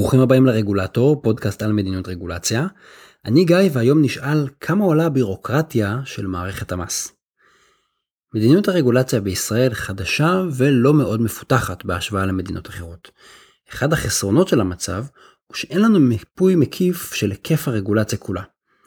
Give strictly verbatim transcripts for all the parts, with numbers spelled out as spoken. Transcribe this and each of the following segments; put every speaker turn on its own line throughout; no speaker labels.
ברוכים הבאים לרגולטור, פודקאסט על מדיניות רגולציה. אני גיא, והיום נשאל כמה עולה הבירוקרטיה של מערכת המס. מדיניות הרגולציה בישראל חדשה ולא מאוד מפותחת בהשוואה למדינות אחרות. אחד החסרונות של המצב הוא שאין לנו מיפוי מקיף של היקף הרגולציה כולה.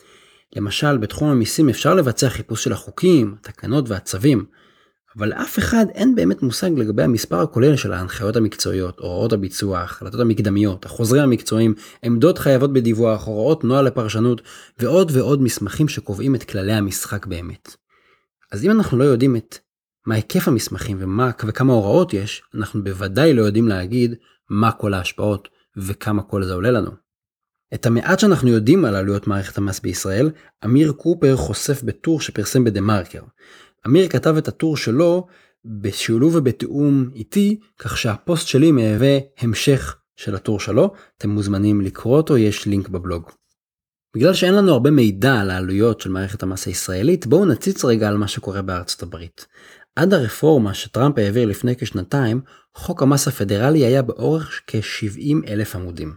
למשל, בתחום המיסים אפשר לבצע חיפוש של החוקים, התקנות והצווים, אבל לאף אחד אין באמת מושג לגבי המספר הכולל של ההנחיות המקצועיות, הוראות הביצוע, החלטות המקדמיות, החוזרים המקצועיים, עמדות חייבות בדיווח, הוראות נוהל לפרשנות, ועוד ועוד מסמכים שקובעים את כללי המשחק באמת. אז אם אנחנו לא יודעים את מה היקף המסמכים ומה, וכמה הוראות יש, אנחנו בוודאי לא יודעים להגיד מה כל ההשפעות וכמה כל זה עולה לנו. את המעט שאנחנו יודעים על עלויות מערכת המס בישראל, אמיר קופר חושף בטור שפרסם בדה-מרקר. אמיר כתב את הטור שלו בשילוב ובתיאום איתי, כך שהפוסט שלי מהווה המשך של הטור שלו. אתם מוזמנים לקרוא אותו, יש לינק בבלוג. בגלל שאין לנו הרבה מידע על העלויות של מערכת המס הישראלית, בואו נציץ רגע על מה שקורה בארצות הברית. עד הרפורמה שטראמפ העביר לפני כשנתיים, חוק המס הפדרלי היה באורך כ-שבעים אלף עמודים.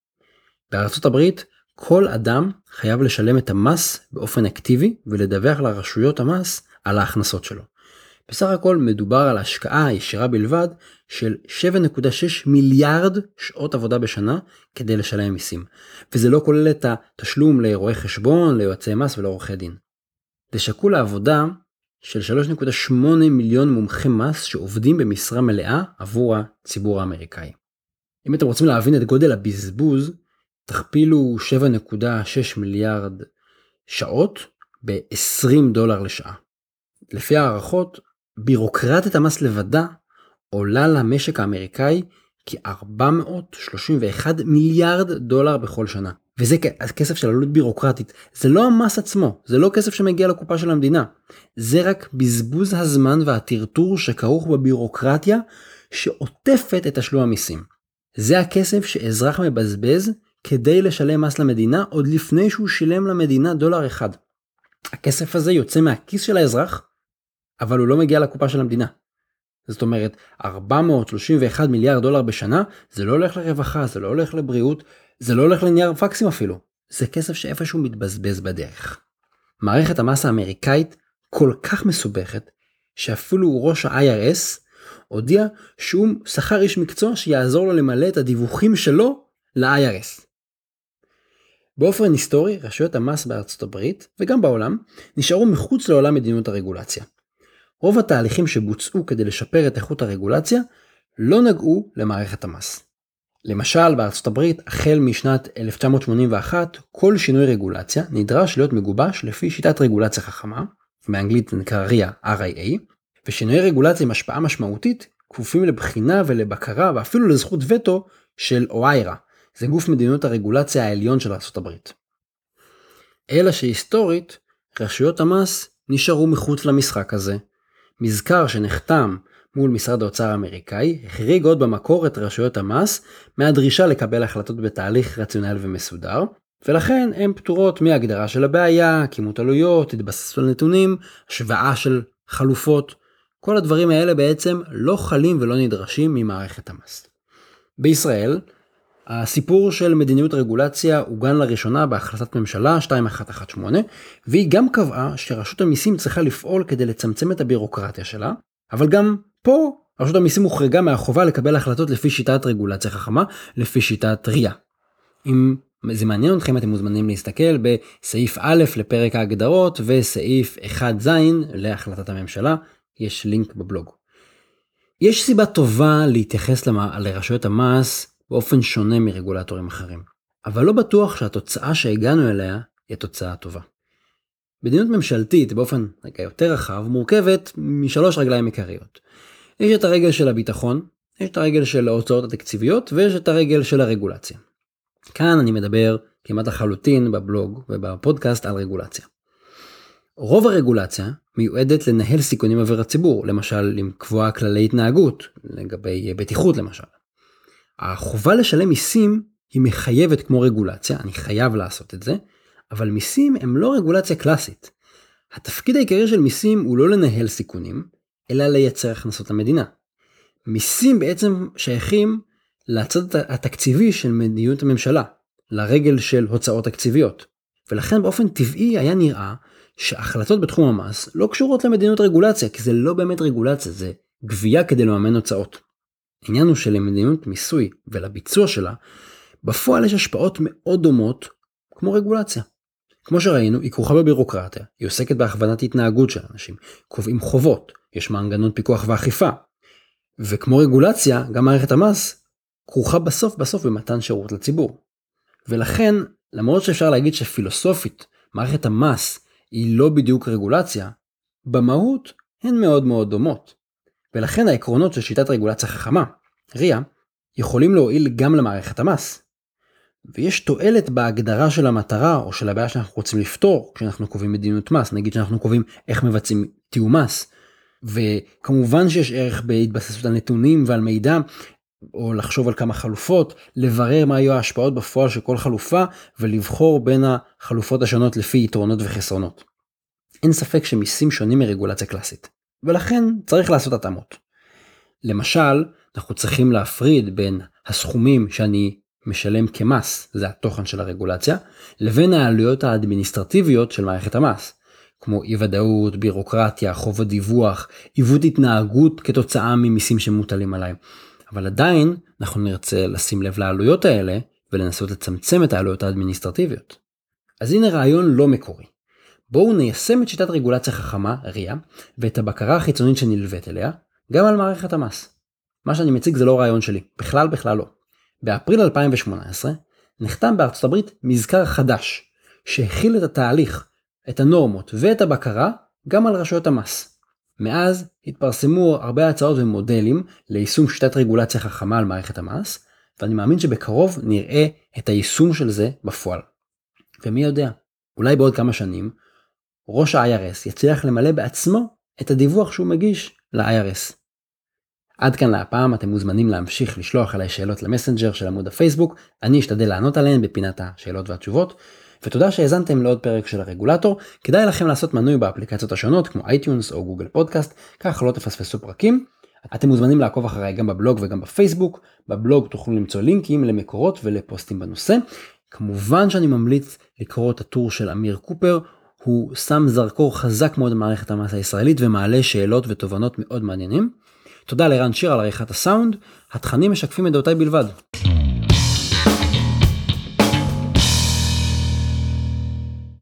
בארצות הברית, כל אדם חייב לשלם את המס באופן אקטיבי ולדווח לרשויות המס על ההכנסות שלו. בסך הכל מדובר על השקעה ישירה בלבד של שבע נקודה שש מיליארד שעות עבודה בשנה כדי לשלם מיסים. וזה לא כולל את התשלום לרואי חשבון, ליועצי מס ולעורכי דין. זה שקול לעבודה של שלוש נקודה שמונה מיליון מומחי מס שעובדים במשרה מלאה עבור הציבור האמריקאי. אם אתם רוצים להבין את גודל הבזבוז, תכפילו שבע נקודה שש מיליארד שעות ב-עשרים דולר לשעה. לפי הערכות, בירוקרטית המס לבדה עולה למשק האמריקאי כ-ארבע מאות שלושים ואחד מיליארד דולר בכל שנה. וזה כסף של עלות בירוקרטית. זה לא המס עצמו, זה לא כסף שמגיע לקופה של המדינה. זה רק בזבוז הזמן והטרטור שכרוך בבירוקרטיה שעוטפת את תשלום המיסים. זה הכסף שאזרח מבזבז כדי לשלם מס למדינה עוד לפני שהוא שילם למדינה דולר אחד. הכסף הזה יוצא מהכיס של האזרח, אבל הוא לא מגיע לקופה של המדינה. זאת אומרת, ארבע מאות שלושים ואחד מיליארד דולר בשנה, זה לא הולך לרווחה, זה לא הולך לבריאות, זה לא הולך לנייר פקסים אפילו. זה כסף שאיפשהו מתבזבז בדרך. מערכת המס האמריקאית כל כך מסובכת, שאפילו ראש ה-איי אר אס הודיע שהוא שכר איש מקצוע שיעזור לו למלא את הדיווחים שלו ל-איי אר אס. באופן היסטורי, רשויות המס בארצות הברית וגם בעולם נשארו מחוץ לעולם מדיניות הרגולציה. רוב התהליכים שבוצעו כדי לשפר את איכות הרגולציה לא נגעו למערכת המס. למשל, בארצות הברית, החל משנת אלף תשע מאות שמונים ואחת, כל שינוי רגולציה נדרש להיות מגובש לפי שיטת רגולציה חכמה, באנגלית נקרא ריאה, אר איי איי, ושינוי רגולציה עם השפעה משמעותית כפופים לבחינה ולבקרה ואפילו לזכות וטו של אויירה. זה גוף מדיניות הרגולציה העליון של ארצות הברית. אלא שהיסטורית, רשויות המס נשארו מחוץ למשחק הזה. מזכר שנחתם מול משרד האוצר האמריקאי, החריג עוד במקור את רשויות המס מהדרישה לקבל החלטות בתהליך רציונל ומסודר, ולכן הן פטורות מהגדרה של הבעיה, כימות עלויות, התבססות על נתונים, השוואה של חלופות. כל הדברים האלה בעצם לא חלים ולא נדרשים ממערכת המס. בישראל, הסיפור של מדיניות רגולציה עוגן לראשונה בהחלטת ממשלה שתיים אחת אחת שמונה, והיא גם קבעה שרשות המיסים צריכה לפעול כדי לצמצם את הבירוקרטיה שלה, אבל גם פה רשות המיסים הוחרגה מהחובה לקבל החלטות לפי שיטת רגולציה חכמה, לפי שיטת ריאה. אם זה מעניין אתכם, אתם מוזמנים להסתכל בסעיף א' לפרק ההגדרות וסעיף אחד ז' להחלטת הממשלה, יש לינק בבלוג. יש סיבה טובה להתייחס לרשויות המס באופן שונה מרגולטורים אחרים. אבל לא בטוח שהתוצאה שהגענו אליה היא תוצאה טובה. מדיניות ממשלתית באופן רגע יותר רחב מורכבת משלוש רגליים עיקריות. יש את הרגל של הביטחון, יש את הרגל של ההוצאות התקציביות ויש את הרגל של הרגולציה. כאן אני מדבר כמעט לחלוטין בבלוג ובפודקאסט על רגולציה. רוב הרגולציה מיועדת לנהל סיכונים עבור הציבור, למשל לקבוע כללי התנהגות, לגבי בטיחות למשל. החובה לשלם מיסים היא מחייבת כמו רגולציה, אני חייב לעשות את זה, אבל מיסים הם לא רגולציה קלאסית. התפקיד העיקרי של מיסים הוא לא לנהל סיכונים, אלא לייצר הכנסות למדינה. מיסים בעצם שייכים לצד התקציבי של מדיניות הממשלה, לרגל של הוצאות תקציביות. ולכן באופן טבעי היה נראה שההחלטות בתחום המס לא קשורות למדיניות רגולציה, כי זה לא באמת רגולציה, זה גבייה כדי לממן הוצאות. העניין הוא שלמדיניות מיסוי ולביצוע שלה, בפועל יש השפעות מאוד דומות כמו רגולציה. כמו שראינו, היא כרוכה בבירוקרטיה, היא עוסקת בהכוונת התנהגות של אנשים, קובעים חובות, יש מנגנון פיקוח ואכיפה. וכמו רגולציה, גם מערכת המס כרוכה בסוף בסוף במתן שירות לציבור. ולכן, למרות שאפשר להגיד שפילוסופית, מערכת המס היא לא בדיוק רגולציה, במהות הן מאוד מאוד דומות. ולכן העקרונות של שיטת רגולציה חכמה, ריה, יכולים להועיל גם למערכת המס. ויש תועלת בהגדרה של המטרה או של הבעיה שאנחנו רוצים לפתור כשאנחנו קובעים מדיניות מס, נגיד שאנחנו קובעים איך מבצעים תיאום מס. וכמובן שיש ערך בהתבססות על נתונים ועל מידע, או לחשוב על כמה חלופות, לברר מה היו ההשפעות בפועל של כל חלופה, ולבחור בין החלופות השונות לפי יתרונות וחסרונות. אין ספק שמיסים שונים מרגולציה קלאסית, ולכן צריך לעשות התאמות. למשל, אנחנו צריכים להפריד בין הסכומים שאני משלם כמס, זה התוכן של הרגולציה, לבין העלויות האדמיניסטרטיביות של מערכת המס, כמו אי ודאות, בירוקרטיה, חובות דיווח, עיוות התנהגות כתוצאה ממיסים שמוטלים עליי. אבל עדיין אנחנו נרצה לשים לב לעלויות האלה ולנסות לצמצם את העלויות האדמיניסטרטיביות. אז הנה רעיון לא מקורי. בואו ניישם את שיטת רגולציה חכמה, ריה, ואת הבקרה החיצונית שנלווית אליה, גם על מערכת המס. מה שאני מציג זה לא רעיון שלי, בכלל בכלל לא. באפריל אלפיים שמונה עשרה נחתם בארצות הברית מזכר חדש, שהכיל את התהליך, את הנורמות ואת הבקרה גם על רשויות המס. מאז התפרסמו הרבה הצעות ומודלים ליישום שיטת רגולציה חכמה על מערכת המס, ואני מאמין שבקרוב נראה את היישום של זה בפועל. ומי יודע, אולי בעוד כמה שנים, ראש ה-איי אר אס יצליח למלא בעצמו את הדיווח שהוא מגיש ל-איי אר אס. עד כאן להפעם, אתם מוזמנים להמשיך לשלוח עליי שאלות למסנג'ר של עמוד הפייסבוק, אני אשתדל לענות עליהן בפינת השאלות והתשובות, ותודה שהאזנתם לעוד פרק של הרגולטור, כדאי לכם לעשות מנוי באפליקציות השונות כמו אייטיונס או גוגל פודקאסט, כך לא תפספסו פרקים. אתם מוזמנים לעקוב אחריי גם בבלוג וגם בפייסבוק, בבלוג תוכלו למצוא לינקים למקורות ולפוסטים בנושא. כמובן שאני ממליץ לקרוא את הטור של אמיר קופר, הוא שם זרקור חזק מאוד במערכת המס הישראלית ומעלה שאלות ותובנות מאוד מעניינים. תודה לרן שיר על עריכת הסאונד, התכנים משקפים את דעותיי בלבד.